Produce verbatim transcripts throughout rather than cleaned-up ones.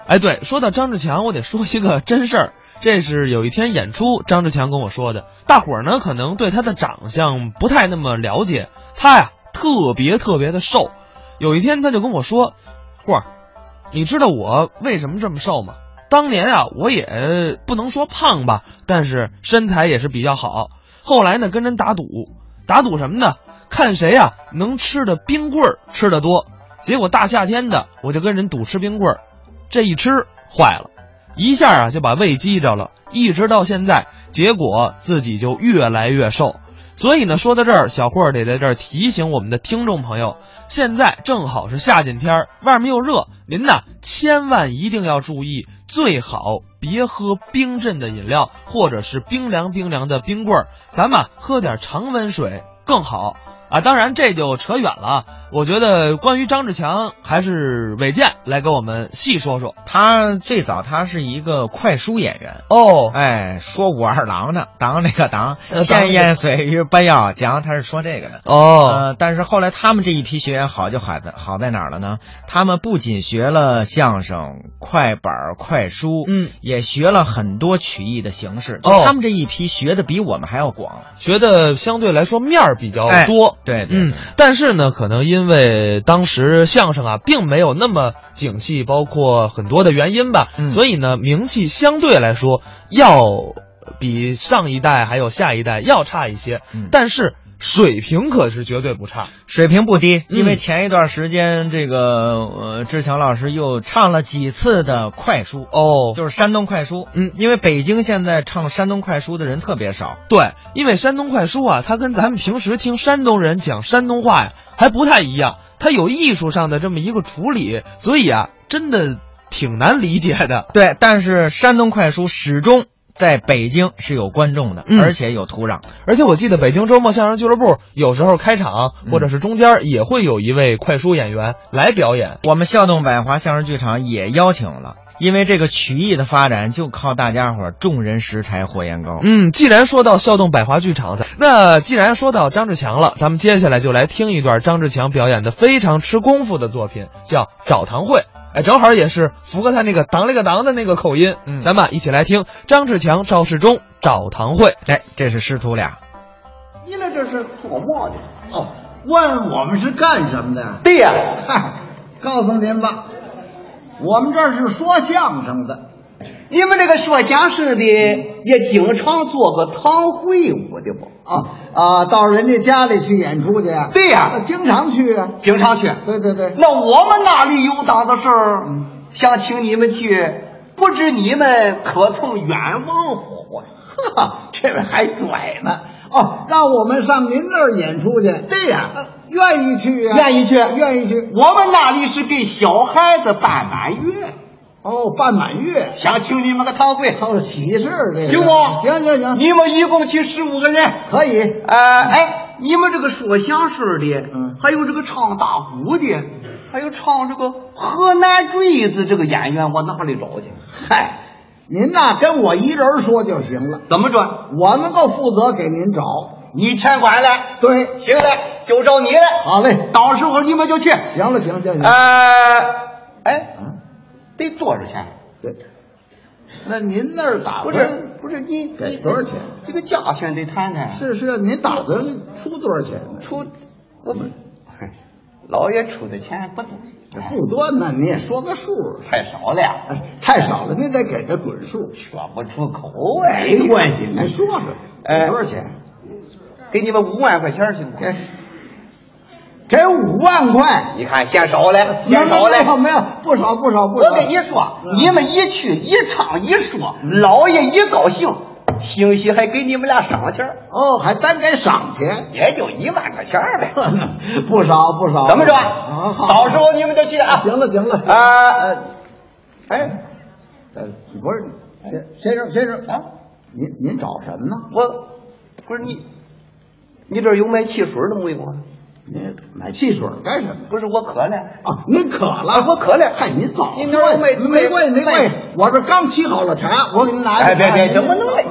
哎，对，说到张志强，我得说一个真事儿。这是有一天演出，张志强跟我说的。大伙儿呢可能对他的长相不太那么了解，他呀特别特别的瘦。有一天他就跟我说：“霍儿，你知道我为什么这么瘦吗？当年啊我也不能说胖吧，但是身材也是比较好。后来呢跟人打赌，打赌什么呢？看谁啊能吃的冰棍儿吃得多。结果大夏天的我就跟人赌吃冰棍儿，这一吃坏了。”一下啊就把胃激着了，一直到现在，结果自己就越来越瘦。所以呢，说到这儿，小霍得在这儿提醒我们的听众朋友，现在正好是夏天天，外面又热，您呢千万一定要注意，最好别喝冰镇的饮料，或者是冰凉冰凉的冰棍儿，咱们喝点常温水更好啊。当然这就扯远了，我觉得关于张志强还是伟健来给我们细说说。 他最早他是一个快书演员哦， 哎，说武二郎的，当这个当，闲言碎语不要讲，他是说这个的哦。 呃，但是后来他们这一批学员好就好在好在哪儿了呢？他们不仅学了相声、快板、快书， 嗯， 也学了很多曲艺的形式。就他们这一批学的比我们还要广， 学的相对来说面儿比较多。 哎、对, 对, 对， 嗯，但是呢，可能因为当时相声啊，并没有那么景气，包括很多的原因吧， 嗯、 所以呢，名气相对来说要比上一代还有下一代要差一些， 嗯、 但是水平可是绝对不差， 水平不低。 嗯、 因为前一段时间，这个呃，志强老师又唱了几次的快书哦， 就是山东快书。 嗯， 因为北京现在唱山东快书的人特别少。 对，因为山东快书啊，它跟咱们平时听山东人讲山东话呀还不太一样，它有艺术上的这么一个处理，所以啊，真的挺难理解的。 对，但是山东快书始终在北京是有观众的， 嗯、 而且有土壤。 而且我记得北京周末相声俱乐部有时候开场、嗯、或者是中间也会有一位快书演员来表演。 我们笑动百华相声剧场也邀请了，因为这个曲艺的发展就靠大家伙众人拾柴火焰高。 嗯，既然说到笑动百华剧场，那既然说到张志强了，咱们接下来就来听一段张志强表演的非常吃功夫的作品，叫《找堂会》。哎，正好也是符合他那个当那个当的那个口音。 嗯， 咱们一起来听张志强、赵世忠找堂会。 哎，这是师徒俩。 你那这是做么的？ 哦，问我们是干什么的？ 对呀、 啊，嗨，告诉您吧，我们这是说相声的。 你们这个说相声的也经常做个堂会务的不？ 啊啊，到人家家里去演出去？ 对呀、 啊，经常去啊， 经常去。 对对对。 那我们那里有档子事儿，嗯、想请你们去，不知你们可曾远望乎？ 哈，这位还拽呢。哦，让我们上您那儿演出去？ 对呀、 啊，愿意去啊， 愿意去， 愿意去。 我们那里是给小孩子办满月。 哦，办满月， 想请你们个堂会， 哦，喜事这个行不？ 行行行， 你们一共去十五个人， 可以。 呃，哎，你们这个说相声的， 嗯， 还有这个唱大鼓的，还有唱这个河南坠子这个演员，我哪里找去？ 嗨，您呐跟我一人说就行了。 怎么着？ 我能够负责给您找， 你全管了。 对， 行了，就照你了。 好嘞， 到时候你们就去。 行了，行行行。 呃，哎。嗯，得多少钱？ 对，那您那儿打不是不是你给多少钱？ 这个价钱得谈谈。 是是，您打算出多少钱呢？ 出，我们老爷出的钱不多， 不多那你也说个数。 太少了呀， 哎，太少了，您得给个准数。 说不出口哎， 没关系，您说说， 哎， 多少钱？ 给你们五万块钱行不？ 给。给五万块， 你看嫌少了，嫌少了， 没有没有，不少不少不少。 我跟你说，嗯、你们一去一唱一说，老爷一高兴，兴许还给你们俩赏钱。 哦，还单给赏钱， 也就一万块钱呗， 不少不少。 怎么着？ 啊，好， 到时候你们就去啊。 行了行了啊，呃，哎， 呃，不是，先生先生啊，您您找什么呢？ 我不是你，你这有卖汽水的没有啊？ 您买汽水干什么？ 不是我渴了啊！您渴了， 我渴了。 嗨，你早说，没没关系没关系，我这刚沏好了茶，我给您拿去。 哎，别别，怎么能？你看你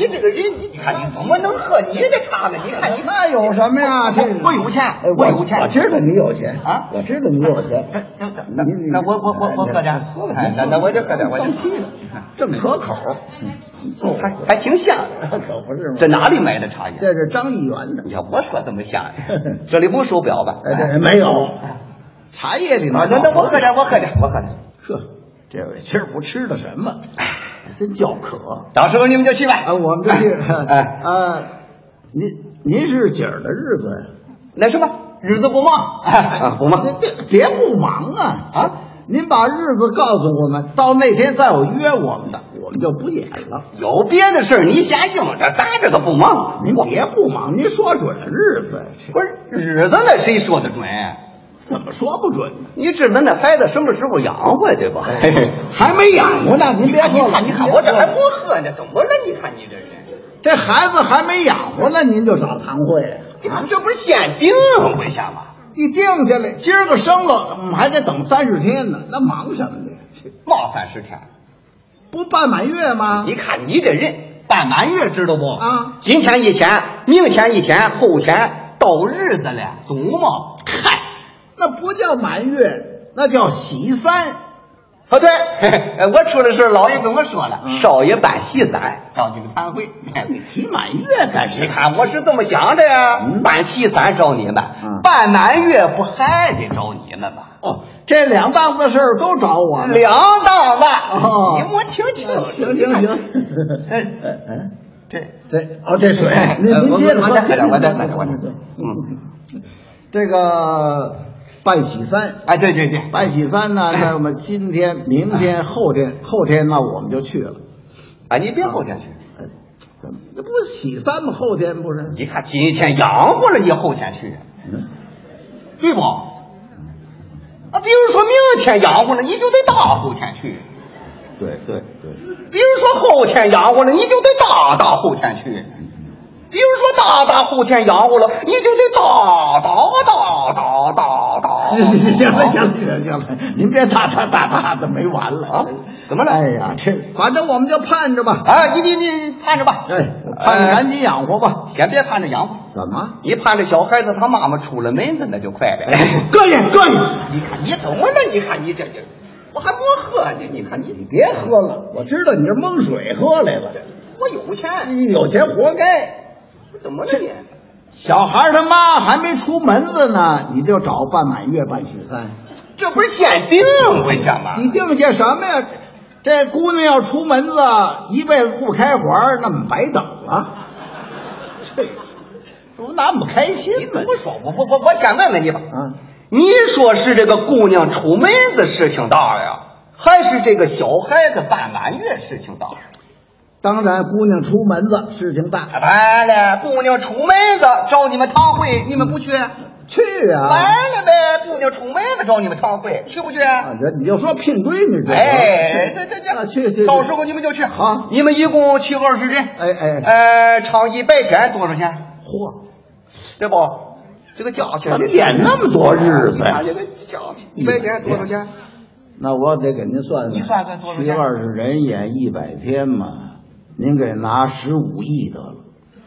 你这个人，你看你怎么能喝你的茶呢？你看你那有什么呀？这我有钱， 我有钱， 我知道你有钱啊， 我知道你有钱。 那那那我我我我喝点， 喝个那那我就喝点，我就气了，正可口， 还还挺香， 可不是吗？ 这哪里买的茶叶？ 这是张议员的。 你看我说这么香，这里不手表吧？ 哎，这没有。茶叶里啊，那那我喝点，我喝点，我喝点。 呵，这位今儿不吃的什么？真叫渴。 到时候你们就去吧。 啊，我们就去。 哎啊，您您是几儿的日子呀？ 那什么日子不忙啊，不忙。 别别不忙啊啊！您把日子告诉我们，到那天再有约我们的，我们就不演了。 有别的事儿你先应着，咱这个不忙。 您别不忙，您说准了日子。 不是日子那谁说的准？ 怎么说不准？ 你知道那孩子什么时候养活对吧？ 还没养活呢，您别你看，你看我这还不喝呢，怎么了？你看你这人， 这孩子还没养活呢，您就找堂会啊？这不是先定回下吗？ 一定下来，今儿个生了，我们还得等三十天呢，那忙什么呢？ 忙三十天， 不办满月吗？ 你看你这人，办满月知道不？ 啊， 今天一天，明天一天，后天到日子了，懂吗？ 嗨。那不叫满月，那叫喜三。 哦，对，我出的事老爷跟我说了，嗯、少爷办喜三，找你们参会。 你提满月干什么？ 你看我是这么想的呀，嗯、办喜三找你们，嗯、办满月不还得找你们吗？ 哦，这两档子事儿都找我。 两档子， 哦， 你摸清清。 行行行。 哎哎，这这哦，这水，您您接着我再喝点，我再喝点，我再。 嗯，这个。办喜三， 哎，对对对， 办喜三呢，那么今天、明天、后天，后天那我们就去了。 啊，你别后天去， 哎，怎么这不是喜三吗？后天不是？ 你看今天养活了，你后天去，嗯、对不？啊，比如说明天养活了，你就得大后天去。 对对对。 比如说后天养活了，你就得大大后天去。比如说大大后天养活了，你就得大大大大大大。 行了行了行了行了，您别大大大大的没完了啊！ 怎么了？ 哎呀，这反正我们就盼着吧。 啊，你你你盼着吧。 哎，盼着赶紧养活吧。 先别盼着养活。 怎么？ 你盼着小孩子他妈妈出了门子那就快了。 哎，膈应膈应！ 你看你怎么了？你看你这这，我还没喝呢。你看你你别喝了，我知道你这蒙水喝来了。 我有钱， 你有钱活该。 怎么了你？ 小孩他妈还没出门子呢，你就找办满月办喜三， 这不是先定回去吗？ 你定下什么呀？这姑娘要出门子，一辈子不开环，那么白等了。这不那么开心吗？ 你不说，我我我我先问问你吧。 啊， 你说是这个姑娘出门子事情大呀，还是这个小孩子办满月事情大？ 当然，姑娘出门子事情大。 完了，姑娘出门子找你们堂会，你们不去？ 去啊！ 完了呗，姑娘出门子找你们堂会，去不去？ 啊，这你就说聘闺女去。 哎，对对对， 啊，去去。 到时候你们就去。 好， 你们一共去二十人。 哎哎， 呃，唱一百天多少钱？ 嚯， 对不？这个价钱怎么演那么多日子呀？ 这个价一百天多少钱？ 那我得给您算算。 你算算多少钱？ 去二十人演一百天嘛。您给拿十五亿得了，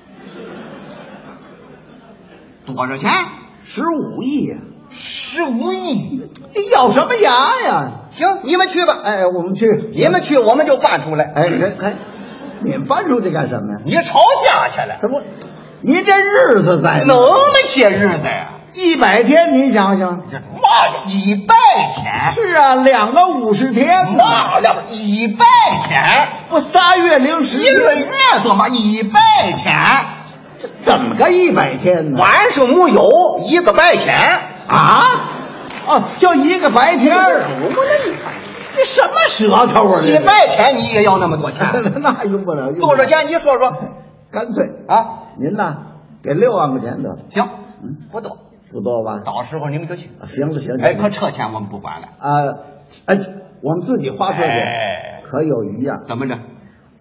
多少钱？ 十五亿呀！ 十五亿！ 你咬什么牙呀？ 行，你们去吧。 哎，我们去， 你们去，我们就搬出来。 哎哎哎，你们搬出去干什么呀？ 你吵架去了？ 这不，您这日子在哪么些日子呀？ 一百天，您想想， 这妈呀，一百天！ 是啊，两个五十天， 妈呀，一百天！ 不仨月零十一个月做嘛？一百天？ 这怎么个一百天呢？ 晚上没有一个白天啊？哦，就一个白天儿。 怎么了？你看你什么舌头啊？ 一百天你也要那么多钱？ 那用不了，用不了多少钱？你说说。 干脆啊， 您呢给六万块钱得了。 行，嗯，不多。 不多吧？ 到时候你们就去。 行了行了， 哎，可车钱我们不管了。 啊，哎，我们自己花车去。 哎， 可有一样。 怎么着？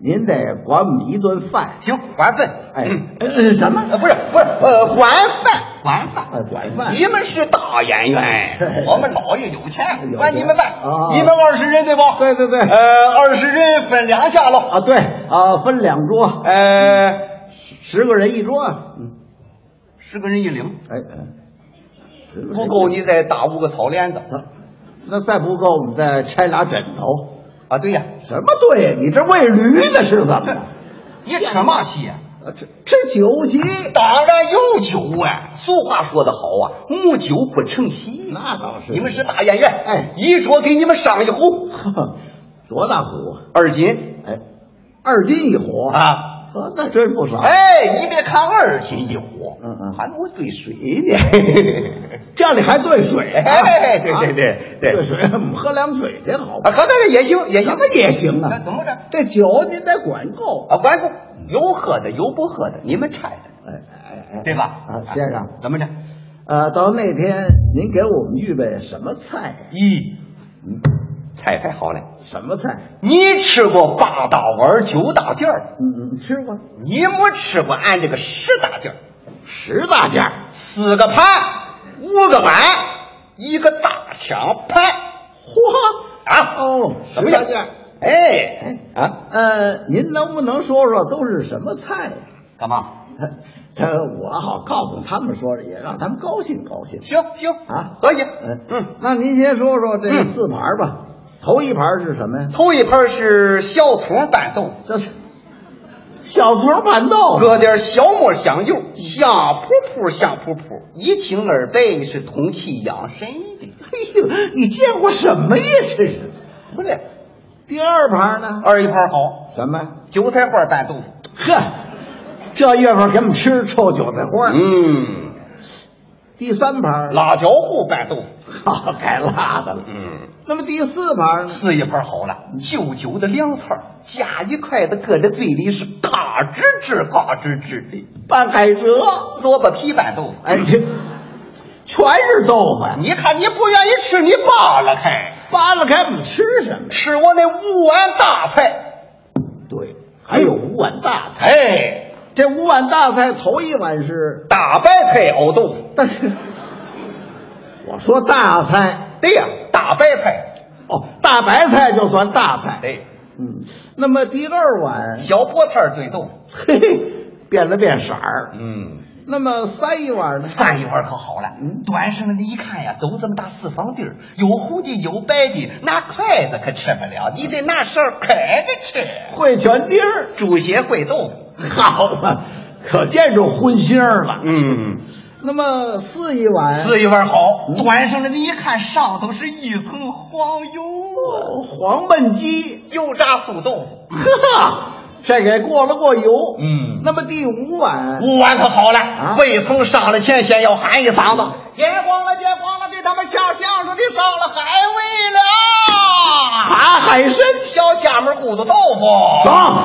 您得管我们一顿饭。 行，管饭。 哎，呃什么？ 呃，不是不是，呃，管饭，管饭， 呃，管饭。 你们是大演员，我们老爷有钱， 有管你们饭。 啊， 你们二十人对不？ 对对对。 呃，二十人分两下喽。 啊，对啊，分两桌， 呃， 十个人一桌。嗯， 十个人一领。 哎哎，十个人不够，你再打五个草帘子。 那再不够，我们再拆俩枕头。 啊，对呀。 什么对呀？你这喂驴的是怎么着？ 你扯嘛戏呀？ 啊，这这酒席当然有酒啊！俗话说得好啊，无酒不成席。 那倒是。 你们是大演员， 哎， 一说给你们上一壶， 多大壶？ 二斤。 哎，二斤一壶啊， 呵，那真不少。 哎，你别看二斤一壶， 嗯嗯， 还我兑水呢。 这里还兑水？ 哎，对对对对， 兑水，我们喝凉水去好啊， 吧？ 喝点也行，也行， 什么也行啊？ 怎么着？ 这酒您得管够啊，管够，有喝的，有不喝的，你们拆的， 哎哎哎， 对吧？ 啊，先生， 怎么着？ 呃，到那天您给我们预备什么菜？ 咦，嗯，菜太好了。 什么菜？ 你吃过八大碗九大件儿？ 嗯嗯，吃过。 你没吃过俺这个十大件儿？ 十大件， 四个盘，五个碗，一个大抢盘。 嚯啊！ 哦， 什么十大件？ 哎哎啊， 呃，您能不能说说都是什么菜呀？ 干嘛？ 他我好告诉他们说，也让他们高兴高兴。 行行啊， 可以。 嗯嗯， 那您先说说这四盘吧。头一盘是什么呀？ 头一盘是小葱拌豆腐， 这是小葱拌豆腐， 搁点小末香油，香扑扑香扑扑，一清二白，是通气养神的。 哎呦，你见过什么呀？这是。 不是， 第二盘呢？ 二一盘好， 什么？ 韭菜花拌豆腐。 呵，这月份给我们吃臭韭菜花。 嗯。 第三盘辣椒糊拌豆腐， 好，该辣的了。 嗯， 那么第四盘呢？ 四一盘好了，旧旧的凉菜，夹一筷子搁在嘴里是嘎吱吱嘎吱吱的。 拌海蜇， 萝卜皮拌豆腐， 哎，这全是豆腐呀！ 你看你不愿意吃，你扒拉开， 扒拉开，我们吃什么？ 吃我那五碗大菜。 对，还有五碗大菜。 哎， 这五碗大菜头一碗是大白菜熬豆腐， 但是我说大菜， 对呀，大白菜。 哦，大白菜就算大菜。 对， 嗯，那么第二碗小菠菜炖豆腐， 嘿嘿，变了变色儿。 嗯。 那么三一碗呢？ 三一碗可好了， 嗯， 端上来你一看呀，都这么大四方地儿，有红的有白的，拿筷子可吃不了，你得拿勺开着吃。 烩全丁儿， 猪血烩豆腐， 好嘛，可见着荤腥儿了。 嗯， 那么四一碗， 四一碗好，端上来你一看，上头是一层黄油哦，黄焖鸡， 油炸素豆腐， 呵，这给过了过油。 嗯， 那么第五碗， 五碗可好了， 啊， 未曾上了前，先要喊一嗓子，别光了，别光了，给他们下相声的上了海味了， 扒海参， 小虾米骨头豆腐， 走。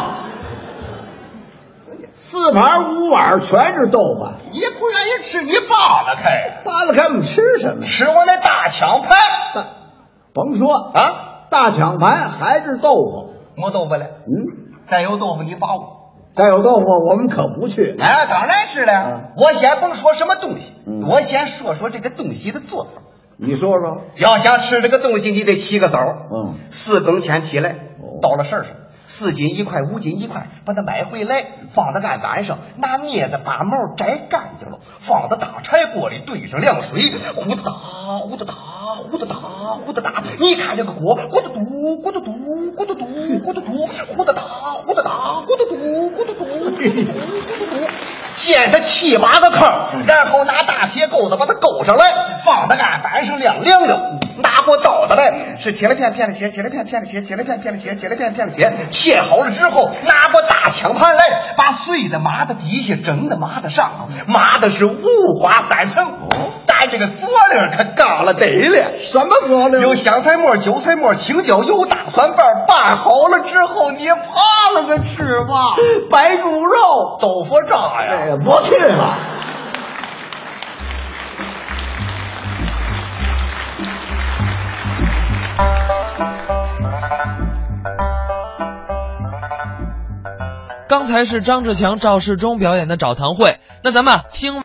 四盘五碗全是豆腐， 你不愿意吃，你扒拉开， 扒拉开我们吃什么？ 吃我那大抢盘， 大，甭说啊， 大抢盘还是豆腐， 没豆腐了， 嗯， 再有豆腐你罚我， 再有豆腐我们可不去。 哎，当然是了， 啊， 我先甭说什么东西， 嗯， 我先说说这个东西的做法。 你说说， 要想吃这个东西，你得起个早， 嗯， 四更前起来， 哦， 到了市上，四斤一块，五斤一块，把它买回来，放在案板上，拿镊子把毛摘干净了，放在大柴锅里，兑上凉水，呼哒哒，呼哒哒，呼哒哒，呼哒哒。你看这个锅，咕嘟嘟，咕嘟嘟，咕嘟嘟，咕嘟嘟，呼哒哒，呼哒哒，咕嘟嘟，咕嘟嘟，咕嘟嘟，咕嘟嘟。煎它七八个坑，然后拿大铁钩子把它勾上来，放在案板上晾凉凉。拿过刀子来，是切了片片的切，切了片片的切，切了片片的切，切了片片的切。切好了之后，拿过大枪盘来，把碎的码在底下，整的码在上头，码的是五花三层。咱这个佐料可刚了得了， 什么佐料？ 有香菜末、韭菜末、青椒油、大蒜瓣，拌好了之后，你扒拉着吃吧。 白猪肉、 豆腐渣呀， 哎，不去了。 刚才是张志强、赵世忠表演的找堂会，那咱们听。